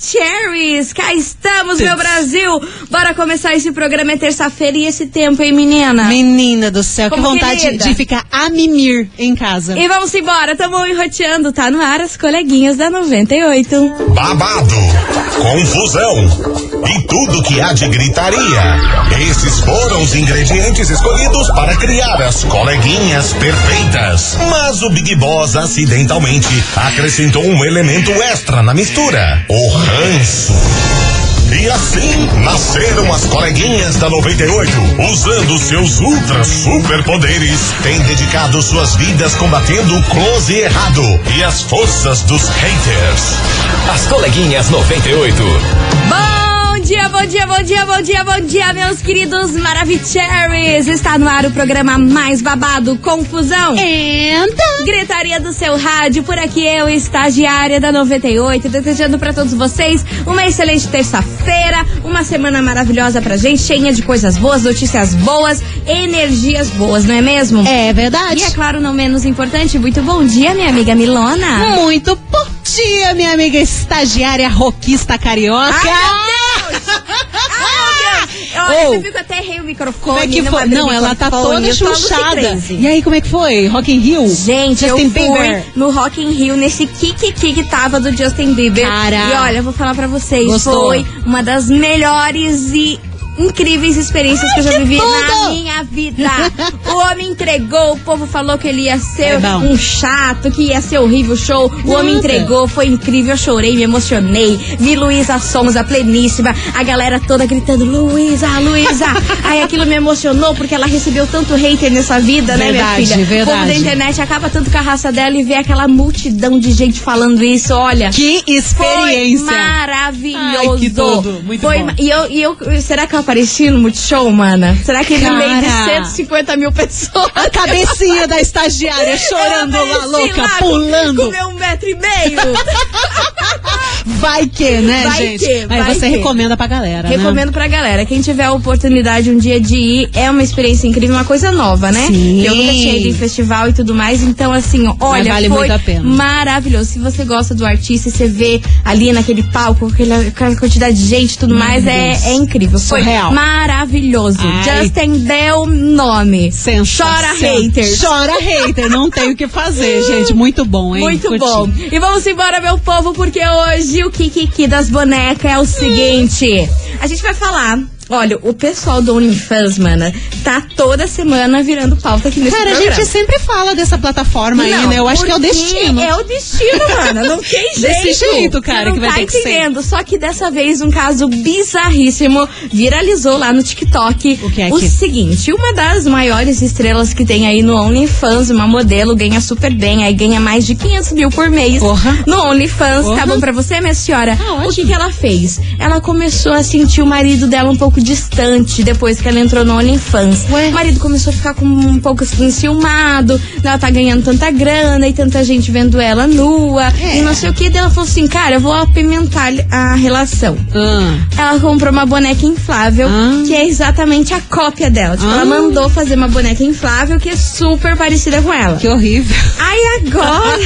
Maravicheries, cá estamos, meu Brasil. Bora começar esse programa, é terça-feira e esse tempo, hein, menina? Menina do céu, como que vontade de ficar a mimir em casa. E vamos embora, tamo enroteando, tá no ar as coleguinhas da 98. Babado, confusão e tudo que há de gritaria. Esses foram os ingredientes escolhidos para criar as coleguinhas perfeitas. Mas o Big Boss acidentalmente acrescentou um elemento extra na mistura: o ranço. E assim nasceram as coleguinhas da 98, usando seus ultra superpoderes, têm dedicado suas vidas combatendo o close errado e as forças dos haters. As coleguinhas 98. Bom dia, bom dia, bom dia, bom dia, bom dia, meus queridos Maravicheries. Está no ar o programa mais babado, confusão. Gritaria do seu rádio, por aqui eu, estagiária da 98, desejando pra todos vocês uma excelente terça-feira, uma semana maravilhosa pra gente, cheia de coisas boas, notícias boas, energias boas, não é mesmo? É verdade. E é claro, não menos importante, muito bom dia, minha amiga Milona. Muito bom dia, minha amiga estagiária roquista carioca. Olha, você viu que eu até errei o microfone. Como é que foi? Não, ela tá toda chuchada. E aí, como é que foi? Rock in Rio? Gente, Justin eu Bieber. fui no Rock in Rio, nesse Kiki que tava do Justin Bieber. Cara. E olha, eu vou falar pra vocês, Gostou? foi uma das melhores e incríveis experiências que eu já vivi na minha vida. O homem entregou, o povo falou que ele ia ser um chato, que ia ser horrível o show. O homem entregou, foi incrível, eu chorei, me emocionei. Vi Luísa Sonza pleníssima, a galera toda gritando, Luísa, Luísa. Aí aquilo me emocionou, porque ela recebeu tanto hater nessa vida, né, minha filha? Verdade. O povo da internet acaba tanto com a raça dela e vê aquela multidão de gente falando isso, olha. Que experiência. Foi maravilhoso. Ai, que tudo. Muito foi, bom. E eu, será que eu apareci no Multishow, mana? Será que no meio de 150 mil pessoas? A cabecinha da estagiária chorando lá, louca, lá, pulando. Com meu 1,5 metros. Vai que, né, Vai gente? que, Aí vai você que. recomenda pra galera, Recomendo pra galera. Quem tiver a oportunidade um dia de ir, é uma experiência incrível, uma coisa nova, né? Sim. Eu nunca tinha ido em festival e tudo mais, então assim, olha, vale foi muito a pena. maravilhoso. Se você gosta do artista e você vê ali naquele palco, aquela quantidade de gente e tudo mais, é incrível. Foi surreal. Maravilhoso. Ai. Justin deu nome. Sensação. Chora haters. Chora hater, não tem o que fazer, gente. Muito bom, hein? Muito Curti. bom. E vamos embora, meu povo, porque hoje o Kiki das bonecas é o seguinte. A gente vai falar. Olha, o pessoal do OnlyFans, mana, tá toda semana virando pauta aqui nesse programa. Cara, a gente sempre fala dessa plataforma aí, né? Eu acho que é o destino. É o destino, mana. Não tem jeito. Desse jeito, cara, que vai ter que ser. Você não tá entendendo. Só que dessa vez um caso bizarríssimo viralizou lá no TikTok. O que é O que? seguinte, uma das maiores estrelas que tem aí no OnlyFans, uma modelo, ganha super bem, aí ganha mais de 500 mil por mês Porra. no OnlyFans. Porra. Tá bom pra você, minha senhora? Ah, O que ela fez? Ela começou a sentir o marido dela um pouco distante depois que ela entrou no OnlyFans. Ué? O marido começou a ficar com um pouco assim, enciumado, ela tá ganhando tanta grana e tanta gente vendo ela nua e não sei o que. Daí ela falou assim, cara, eu vou apimentar a relação. Ela comprou uma boneca inflável, que é exatamente a cópia dela. Tipo, ela mandou fazer uma boneca inflável que é super parecida com ela. Que horrível. Aí agora...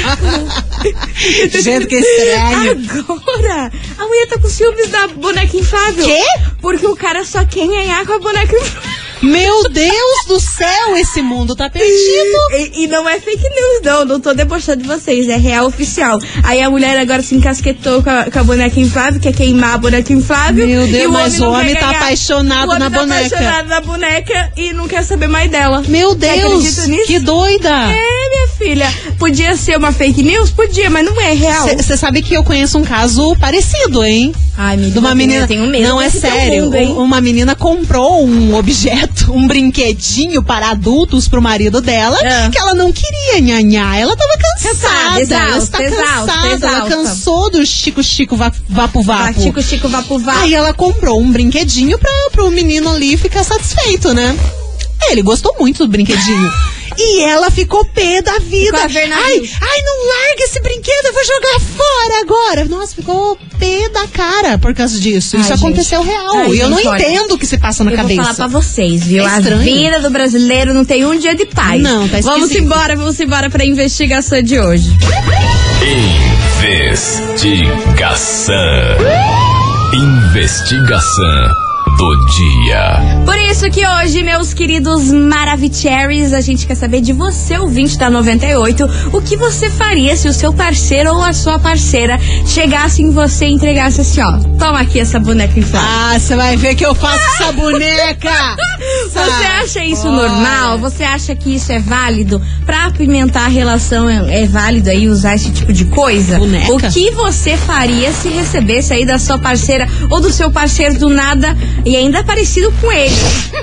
Gente, que estranho. Agora, a mulher tá com ciúmes da boneca inflável. Quê? Porque o cara só quer ganhar com a boneca inflável. Meu Deus do céu, esse mundo tá perdido. E não é fake news, não tô debochando de vocês, é real oficial. Aí a mulher agora se encasquetou com a boneca inflável, quer queimar a boneca inflável. Meu Deus, e mas o homem tá apaixonado na boneca. Apaixonado na boneca e não quer saber mais dela. Meu Você Deus, acredita nisso? que doida. É, minha filha. Podia ser uma fake news? Podia, mas não é real. Você sabe que eu conheço um caso parecido, hein? Ai, me De uma menina. eu tenho medo. Não, é desse teu sério. mundo, hein? Uma menina comprou um objeto, um brinquedinho para adultos pro marido dela, que ela não queria nhanhar. Ela tava cansada. Ela está cansada. Ela cansou do Chico Vapo-Vapo. Chico Vapo-Vapo. Aí ela comprou um brinquedinho pro menino ali ficar satisfeito, né? Ele gostou muito do brinquedinho. E ela ficou pé da vida. Ai, não larga esse brinquedo, eu vou jogar fora agora. Nossa, ficou pé da cara por causa disso. Isso aconteceu real. E eu não entendo o que se passa na cabeça. Eu vou falar pra vocês, viu? A vida do brasileiro não tem um dia de paz. Não, tá esquisito. Vamos embora pra investigação de hoje. Investigação do dia. Por isso que hoje, meus queridos Maravicheries, a gente quer saber de você, ouvinte da 98, o que você faria se o seu parceiro ou a sua parceira chegasse em você e entregasse assim, ó, toma aqui essa boneca inflável. Ah, você vai ver que eu faço essa boneca. Você acha isso normal? Você acha que isso é válido? Pra apimentar a relação é válido aí usar esse tipo de coisa? Boneca? O que você faria se recebesse aí da sua parceira ou do seu parceiro do nada e ainda parecido com ele?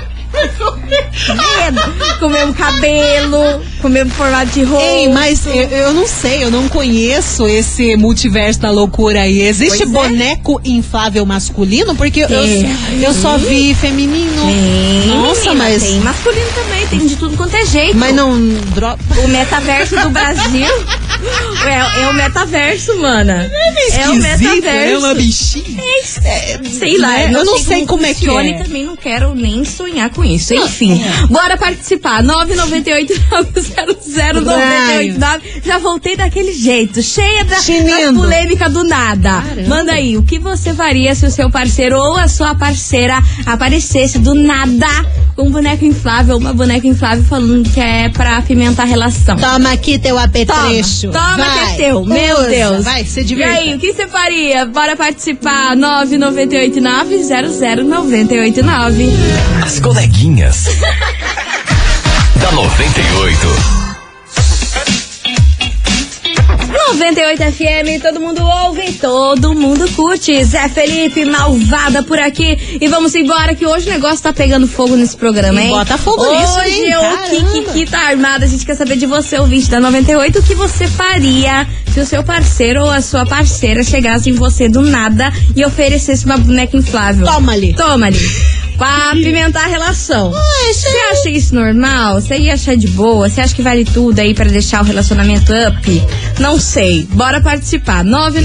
Com o mesmo cabelo, com o mesmo formato de roupa. Ei, mas eu não sei, eu não conheço esse multiverso da loucura aí. Existe boneco inflável masculino? Porque eu só vi feminino. Tem, nossa, menina, mas tem masculino também, tem de tudo quanto é jeito. Mas não o metaverso do Brasil é o metaverso, mana. É o metaverso. É uma bichinha. Sei lá, né? Eu não sei como é que é. E também não quero nem sonhar com isso. Enfim, bora participar. 998-900-989. Já voltei daquele jeito, cheia da polêmica do nada. Caramba. Manda aí, o que você faria se o seu parceiro ou a sua parceira aparecesse do nada com um boneco inflável, uma boneca inflável falando que é pra apimentar a relação? Toma aqui teu apetrecho. Toma que é teu, meu Deus. Vai, se divirta. E aí, o que você faria? Bora participar. 998-900-989. As coleguinhas da 98. 98 FM, todo mundo ouve, todo mundo curte. Zé Felipe, Malvada por aqui. E vamos embora que hoje o negócio tá pegando fogo nesse programa, hein? Bota fogo nisso, hein? Hoje o Kiki tá armado. A gente quer saber de você, ouvinte da 98, o que você faria se o seu parceiro ou a sua parceira chegasse em você do nada e oferecesse uma boneca inflável. Toma-lhe. Pra apimentar a relação. Você acha isso normal? Você ia achar de boa? Você acha que vale tudo aí pra deixar o relacionamento up? Não sei. Bora participar.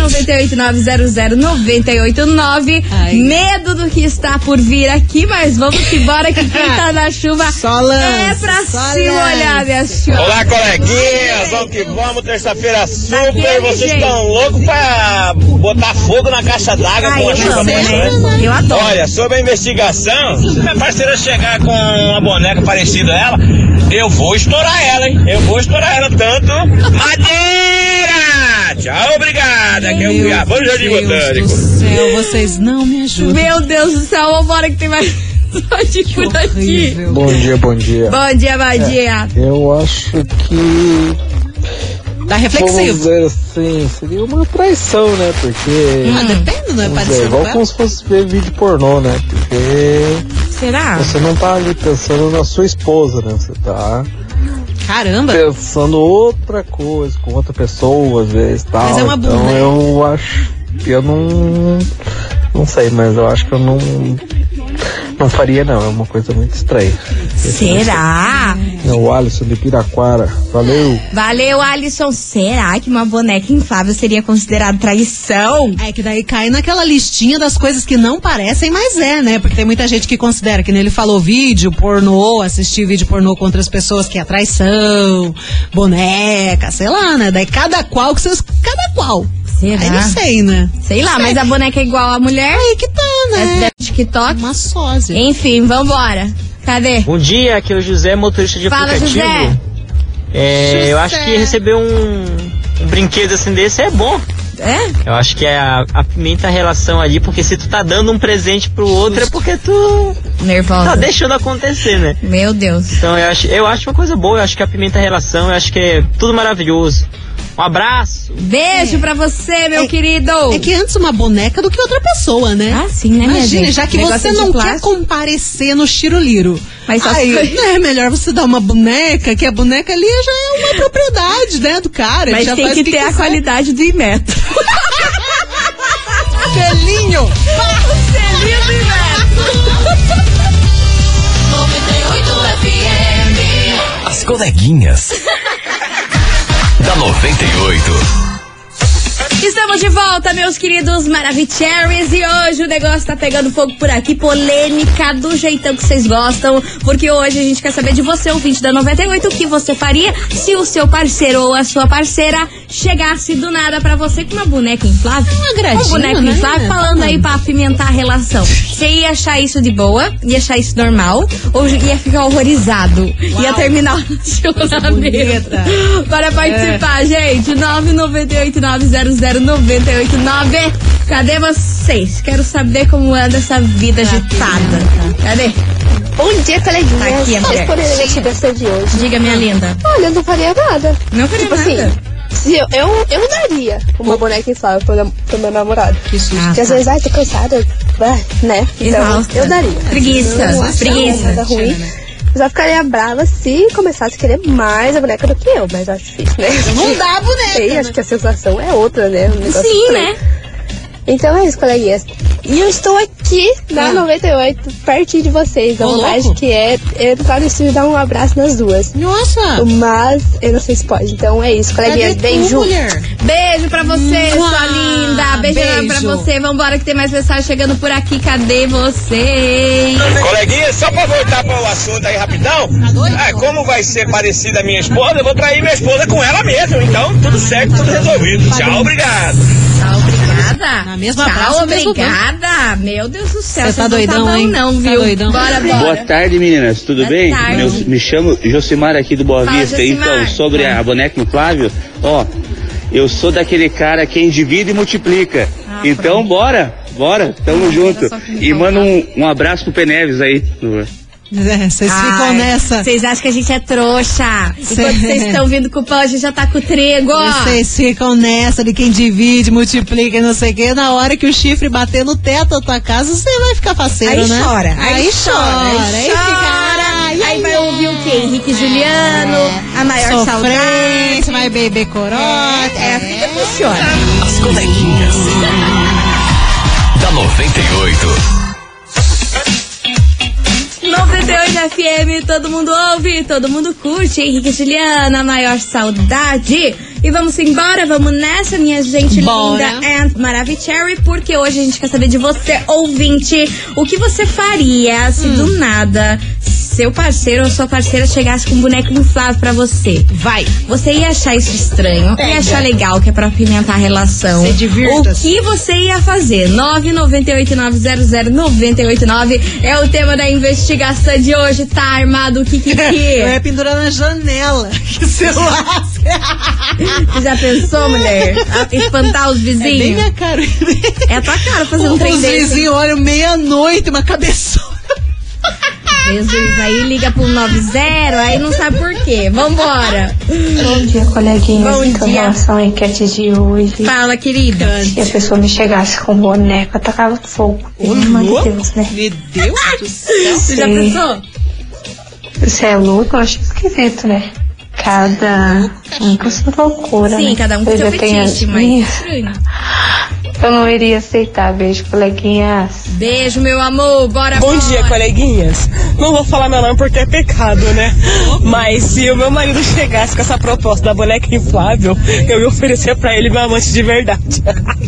998-900-989. Medo do que está por vir aqui, mas vamos embora que quem tá na chuva é pra se molhar, minha senhora. Olá, coleguinhas. Vamos que vamos. Terça-feira super. Vocês estão loucos pra botar fogo na caixa d'água com a chuva amanhã? Eu adoro. Olha, sobre a investigação, se minha parceira chegar com uma boneca parecida a ela, eu vou estourar ela, hein? Eu vou estourar ela tanto. Madeira! Tchau, obrigada. Que é o Cuiabá do Jardim Botânico. Meu Deus do céu, vocês não me ajudam. Meu Deus do céu, vambora que tem mais por aqui. Bom dia. Bom dia. Eu acho que... Tá reflexivo. Vamos dizer assim, seria uma traição, né? Porque... depende, não é parecido. Igual como se fosse ver vídeo pornô, né? Porque... Será? Você não tá ali pensando na sua esposa, né? Você tá... Caramba! Pensando outra coisa, com outra pessoa, às vezes, tal. Mas é uma bunda. Então eu acho... Eu não sei, mas eu acho que eu não faria, não. É uma coisa muito estranha. Será? É o Alisson de Piraquara. Valeu, Alisson. Será que uma boneca inflável seria considerada traição? É que daí cai naquela listinha das coisas que não parecem, mas é, né? Porque tem muita gente que considera, que nem ele falou, vídeo pornô, assistir vídeo pornô com outras pessoas, que é traição, boneca, sei lá, né? Daí cada qual. Será? Aí não sei, né? Sei lá, mas a boneca é igual à mulher? Aí que tá, né? É TikTok? Uma sósia. Enfim, vambora. Cadê? Bom dia, aqui é o José, motorista de aplicativo. José. Eu acho que receber um brinquedo assim desse é bom. É? Eu acho que apimenta a relação ali, porque se tu tá dando um presente pro outro é porque tu nervosa. Tá deixando acontecer, né? Meu Deus. Então eu acho uma coisa boa, eu acho que apimenta a relação, eu acho que é tudo maravilhoso. Um abraço. Beijo pra você, meu querido. É que antes uma boneca do que outra pessoa, né? Ah, sim, né, minha Imagina, gente? já que você não quer comparecer no chiruliro. Mas só é melhor você dar uma boneca, que a boneca ali já é uma propriedade, né, do cara. Mas já tem que ter a qualidade do Imetro. Selinho! Selinho do Imetro. 98 FM. As coleguinhas da 98. Estamos de volta, meus queridos Maravicheries, e hoje o negócio tá pegando fogo por aqui, polêmica do jeitão que vocês gostam, porque hoje a gente quer saber de você, ouvinte da 98, o que você faria se o seu parceiro ou a sua parceira chegasse do nada pra você com uma boneca inflável. Um agradinho, boneco né? inflável, falando aí pra apimentar a relação. Você ia achar isso de boa? Ia achar isso normal? Ou ia ficar horrorizado? Uau. Ia terminar o relacionamento? Bora participar, gente. 998-900-989. Cadê vocês? Quero saber como anda essa vida agitada. Cadê? Bom dia, coleguinha. Tá aqui, respondendo a investigação de hoje. Diga, minha linda. Olha, eu não faria nada. Não faria nada? Assim, se eu daria uma boneca inflável pro meu namorado. Que susto. Porque às vezes, tô cansada, né? Então, Exausta. eu daria. Preguiça. Não acho nada ruim. Eu só ficaria brava se começasse a querer mais a boneca do que eu, mas acho difícil, né? Não dá a boneca. Sei, acho que a sensação é outra, né? Um negócio Sim, estranho. né? Então é isso, coleguinhas. E eu estou aqui na 98, pertinho de vocês. A vontade que é entrar no estúdio e dar um abraço nas duas. Nossa! Mas eu não sei se pode. Então é isso, coleguinhas. Beijo. Beijo pra você, sua linda. Beijo pra você. Vambora que tem mais mensagem chegando por aqui. Cadê vocês? Coleguinha, só pra voltar para o assunto aí rapidão, como vai ser parecida a minha esposa, eu vou trair minha esposa com ela mesmo. Então, tudo certo, tudo resolvido. Tchau, obrigado. Tchau, obrigada. Na mesma Tchau, praça, obrigada. Meu Deus do céu. Você tá doidão, não tá bom, hein? não, Tá viu? doidão. Bora. Boa tarde, meninas. Tudo Boa bem? tarde. Me chamo Josimar aqui do Boa Fala, Vista. Josimar. Então, sobre a boneca inflável, eu sou daquele cara que divide e multiplica. Então, bora, tamo junto. E manda um abraço pro Peneves aí. Vocês ficam nessa. Vocês acham que a gente é trouxa. Enquanto vocês estão vindo com o pão, a gente já tá com o trigo. Vocês ficam nessa de quem divide, multiplica e não sei o que. Na hora que o chifre bater no teto da tua casa, você vai ficar faceiro, Aí né? chora. Aí chora. Aí vai ouvir o quê? Henrique e Juliano, a maior saudade. Sofrência, vai beber corote. É assim que funciona. As coleguinhas. Da 98. 98 FM, todo mundo ouve, todo mundo curte. Henrique e Juliana, a maior saudade. E vamos embora, vamos nessa, minha gente Bora. linda and Maravicherry, porque hoje a gente quer saber de você, ouvinte, o que você faria se do nada seu parceiro ou sua parceira chegasse com um boneco inflável pra você. Vai. Você ia achar isso estranho, ia achar legal, que é pra apimentar a relação. Se divirta. O que você ia fazer? 998900989 é o tema da investigação de hoje. Tá armado o que? Eu ia pendurar na janela. Que celular. Você já pensou, mulher? Espantar os vizinhos? É bem minha cara. É a tua cara fazer um trem Os desse. vizinhos olham meia-noite, uma cabeçona. Jesus, aí liga pro 90, aí não sabe por quê. Vambora. Bom dia, coleguinhas. Bom Em dia. relação à enquete de hoje, Fala, querida. se a pessoa me chegasse com boneca, tacava fogo. Pelo amor de Deus, né? Meu Deus do céu. Você já pensou? Você é louco? Eu acho esquisito, né? Cada um com sua loucura, Sim, né? cada um com Eu seu já tenho as fetiche, mas minhas. estranho. Eu não iria aceitar. Beijo, coleguinhas. Beijo, meu amor. Bora, Bom bora. dia, coleguinhas. Não vou falar meu nome porque é pecado, né? Mas se o meu marido chegasse com essa proposta da boneca inflável, eu ia oferecer pra ele meu amante de verdade.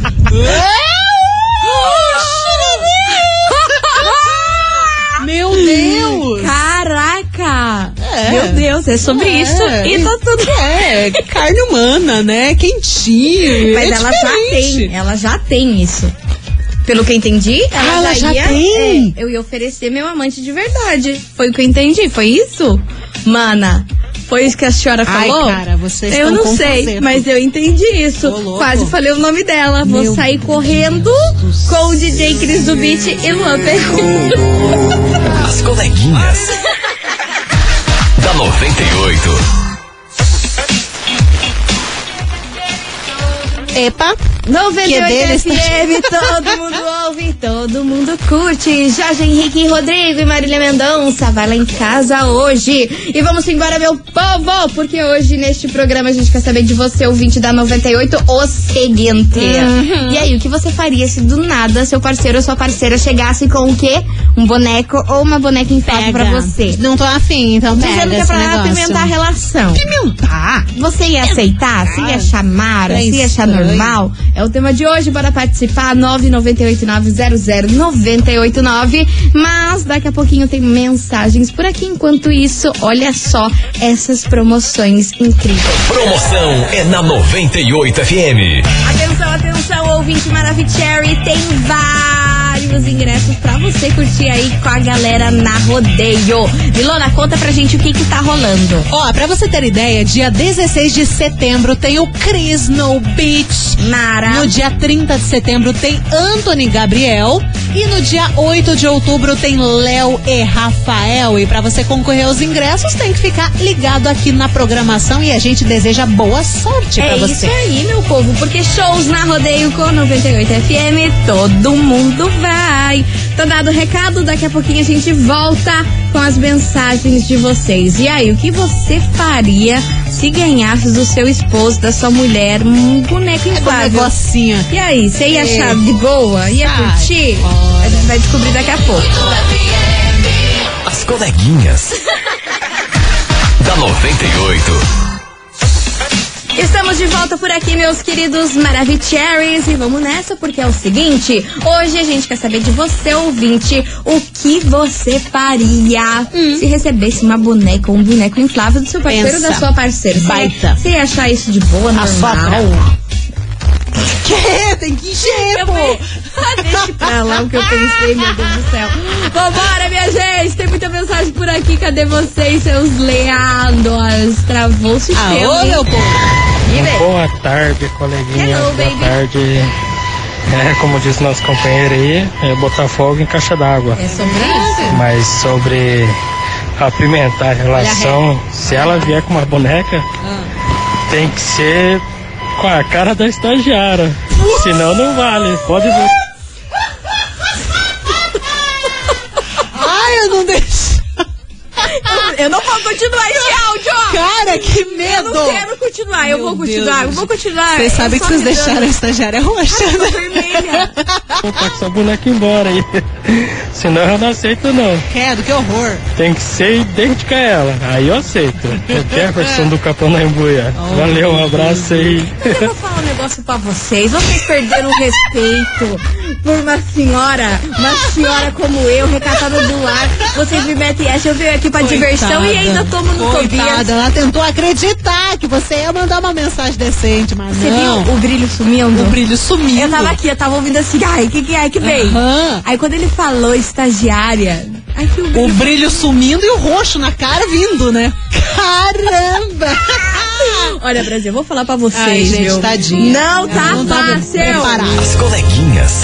Meu Deus. Caraca! É. Meu Deus, é sobre isso. E tá tudo. É, carne humana, né? Quentinho. Mas é ela já tem isso. Pelo que eu entendi, ela já ia, tem? eu ia oferecer meu amante de verdade. Foi o que eu entendi, foi isso? Mana, foi isso que a senhora falou? Ai, cara, vocês eu estão não sei, confuseiro. mas eu entendi isso. Ô, louco. Quase falei o nome dela. Vou Meu sair correndo com o DJ Cris do Beat e Luan Ferreira. As coleguinhas. Da 98. Epa. 98 Que é deles, FM, todo mundo ouve, todo mundo curte. Jorge Henrique, Rodrigo e Marília Mendonça, vai lá em casa hoje. E vamos embora, meu povo, porque hoje neste programa a gente quer saber de você, ouvinte da 98, o seguinte. E aí, o que você faria se do nada seu parceiro ou sua parceira chegasse com o quê? Um boneco ou uma boneca inflável pra você? Não tô afim, então pega Dizendo que é esse pra negócio. apimentar a relação. Pimentar? Você ia aceitar? Você ia achar mara? É Você ia achar estranho. normal? É o tema de hoje, bora participar, 998900989. Mas daqui a pouquinho tem mensagens por aqui. Enquanto isso, olha só essas promoções incríveis. Promoção é na 98 FM. Atenção, atenção, ouvinte Maravicherry, tem vários ingressos pra você curtir aí com a galera na Rodeio. Milona, conta pra gente o que tá rolando. Ó, pra você ter ideia, dia 16 de setembro tem o Chris No Beach. Mara. No dia 30 de setembro tem Anthony Gabriel. E no dia 8 de outubro tem Léo e Rafael. E pra você concorrer aos ingressos, tem que ficar ligado aqui na programação. E a gente deseja boa sorte pra você. É isso aí, meu povo, porque shows na Rodeio com 98 FM, todo mundo vai. Tô dado o recado, daqui a pouquinho a gente volta com as mensagens de vocês. E aí, o que você faria se ganhasse do seu esposo, da sua mulher, um boneco inflável? Negocinho. E aí, você ia achar de boa? Ia curtir? A gente vai descobrir daqui a pouco. As coleguinhas da 98. Estamos de volta por aqui, meus queridos Maravicheries, e vamos nessa porque é o seguinte, hoje a gente quer saber de você, ouvinte, o que você faria se recebesse uma boneca ou um boneco inflável do seu parceiro ou da sua parceira. Você ia achar isso de boa, normal? Que? Tem que encher, pô! Deixa pra lá o que eu pensei, meu Deus do céu. Vambora, minha gente! Tem muita mensagem por aqui. Cadê vocês, seus leados? Travou o sistema. Alô, meu povo! Boa tarde, coleguinha. Hello, boa baby. tarde. Como disse nosso companheiro aí, é botar fogo em caixa d'água. É sobre isso? Mas sobre apimentar a relação, se ela vier com uma boneca, tem que ser com a cara da estagiária. Senão não vale. Pode ver. Ai, eu não deixo. Eu não vou continuar esse áudio. Cara, que medo. Eu não quero continuar. Eu vou continuar. Vocês sabem que vocês deixaram a estagiária roxa, né? Vermelha. Vou botar com essa boneca embora aí. Senão eu não aceito, não. Credo, que horror. Tem que ser idêntica a ela. Aí eu aceito. Qualquer versão do Capão na Embuia. Valeu, um abraço aí. Eu vou falar um negócio pra vocês. Vocês perderam o respeito por uma senhora como eu, recatada do lar. Vocês me metem essa. Eu venho aqui pra diversão e ainda tomo no Coitada, ela tentou acreditar que você ia mandar uma mensagem decente, mas você não. viu o brilho sumindo? O brilho sumindo. Eu tava aqui, eu tava ouvindo assim, ai, que é que veio? Aí quando ele falou estagiária, ai, que o brilho sumindo e o roxo na cara vindo, né? Caramba! Olha, Brasil, eu vou falar pra vocês, ai, gente, viu? Tadinha. Não tá fácil. As coleguinhas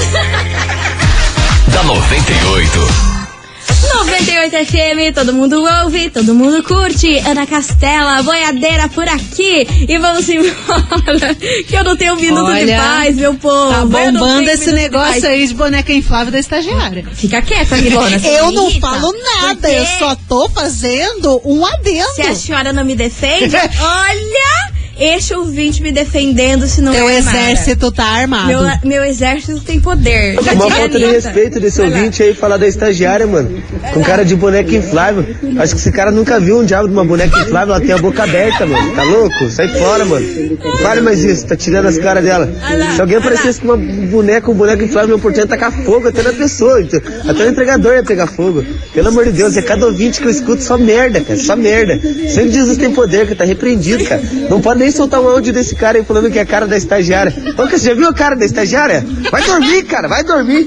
da 98. 98 FM, todo mundo ouve, todo mundo curte. Ana Castela, boiadeira por aqui. E vamos embora, que eu não tenho minuto de paz, meu povo. Tá bombando esse negócio aí de boneca inflável da estagiária. Fica quieta, Milona. Eu não falo nada, eu só tô fazendo um adendo. Se a senhora não me defende, olha... Este ouvinte me defendendo, se não Teu exército tá armado. Meu exército tem poder. Uma falta de respeito desse ouvinte aí falar da estagiária, mano. Com cara de boneca inflável. Acho que esse cara nunca viu um diabo de uma boneca inflável. Ela tem a boca aberta, mano. Tá louco? Sai fora, mano. Fale mais isso, tá tirando as caras dela. Se alguém aparecesse com um boneco inflável, meu portanto tacar fogo até na pessoa. Até o empregador ia pegar fogo. Pelo amor de Deus, é cada ouvinte que eu escuto só merda, cara. Só merda. Sempre Jesus tem poder, que tá repreendido, cara. Não pode nem soltar um áudio desse cara aí falando que é a cara da estagiária. Ô, você já viu a cara da estagiária? Vai dormir, cara, vai dormir.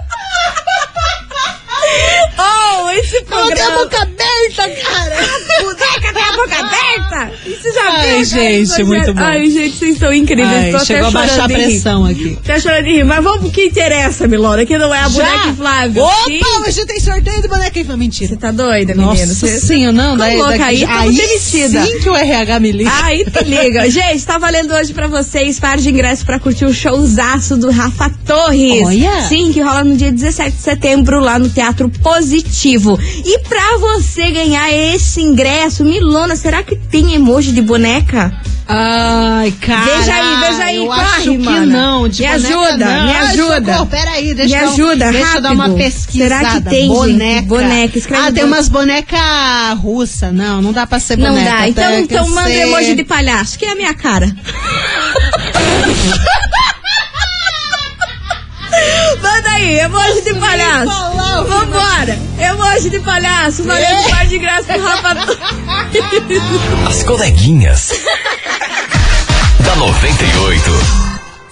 Oh, esse programa... Tem a boca aberta, cara. A boneca tem a boca aberta. Isso já Ai, viu, gente, cara? Muito bom. Ai, gente, vocês são incríveis. Ai, chegou a baixar a pressão aqui. Tá chorando de rir. Mas vamos pro que interessa, Milona, que não é a boneca inflável. Opa, hoje tem sorteio de boneca inflável. Mentira. Você tá doida, menina? Nossa, sim, não. Coloca aí, aí demitida. Sim que o RH me liga. Aí te liga. Gente, tá valendo hoje pra vocês par de ingressos pra curtir o showzaço do Rafa Torres. Olha. Sim, que rola no dia 17 de setembro lá no Teatro Positivo. E pra você ganhar esse ingresso, Milona, será que tem emoji de boneca? Ai, cara. Veja aí, eu corre, acho que mana. não. De me ajuda, não. me ajuda. Socorro, peraí, deixa rápido. eu dar uma pesquisada. Será que tem, boneca? Gente? Boneca, escreve tem umas bonecas russas. Não dá pra ser boneca. Não dá, então manda emoji de palhaço, que é a minha cara. Manda aí, emoji de palhaço. Vambora. Emoji de palhaço, valendo par de graça pro Rafa. As coleguinhas da 98.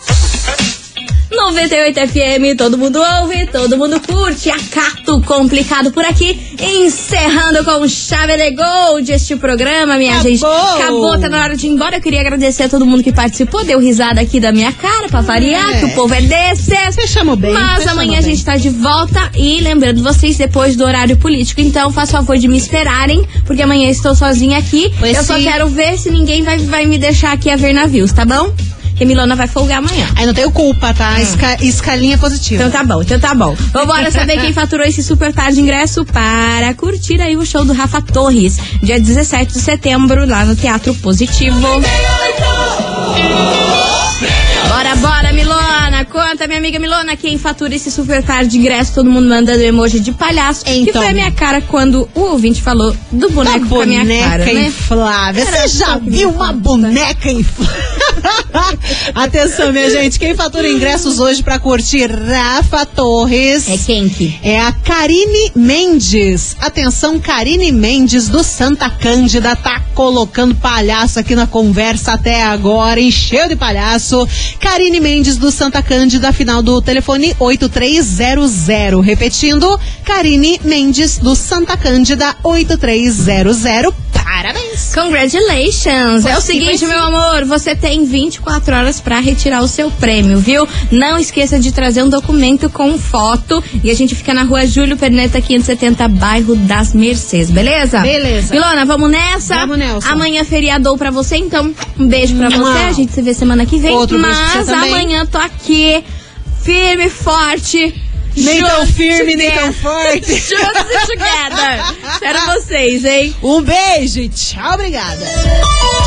98 FM, todo mundo ouve, todo mundo curte. Acato complicado por aqui, encerrando com chave de gold este programa, minha gente. Acabou, tá na hora de ir embora. Eu queria agradecer a todo mundo que participou, deu risada aqui da minha cara, pra variar, que o povo é desses. Fechamos bem. Mas amanhã a gente tá de volta e lembrando vocês, depois do horário político. Então, faça favor de me esperarem, porque amanhã estou sozinha aqui. Pois eu sim. só quero ver se ninguém vai me deixar aqui a ver navios, tá bom? Que a Milona vai folgar amanhã. Aí não tenho culpa, tá? Escalinha positiva. Então tá bom. Vambora saber quem faturou esse super tarde ingresso para curtir aí o show do Rafa Torres, dia 17 de setembro, lá no Teatro Positivo. Bora, Milona. Conta, minha amiga Milona, quem fatura esse super tarde ingresso, todo mundo mandando emoji de palhaço. Então, que foi a minha cara quando o ouvinte falou do boneco com a minha cara, né? inflável. Você já viu uma boneca inflável? Atenção, minha gente, quem fatura ingressos hoje pra curtir Rafa Torres é quem que? É a Karine Mendes. Atenção, Karine Mendes do Santa Cândida tá colocando palhaço aqui na conversa até agora, encheu de palhaço. Karine Mendes do Santa Cândida, final do telefone 8300. Repetindo, Karine Mendes do Santa Cândida 8300. Parabéns! Congratulations! É o seguinte, meu amor, você tem 24 horas pra retirar o seu prêmio, viu? Não esqueça de trazer um documento com foto e a gente fica na rua Júlio Perneta 570, bairro das Mercês, beleza? Beleza. Milona, vamos nessa? Vamos nessa. Amanhã é feriadou pra você, então um beijo pra você, a gente se vê semana que vem. Outro beijo pra você também. Amanhã tô aqui, firme e forte. Nem tão firme, nem tão forte. Just together. Espero vocês, hein? Um beijo e tchau, obrigada.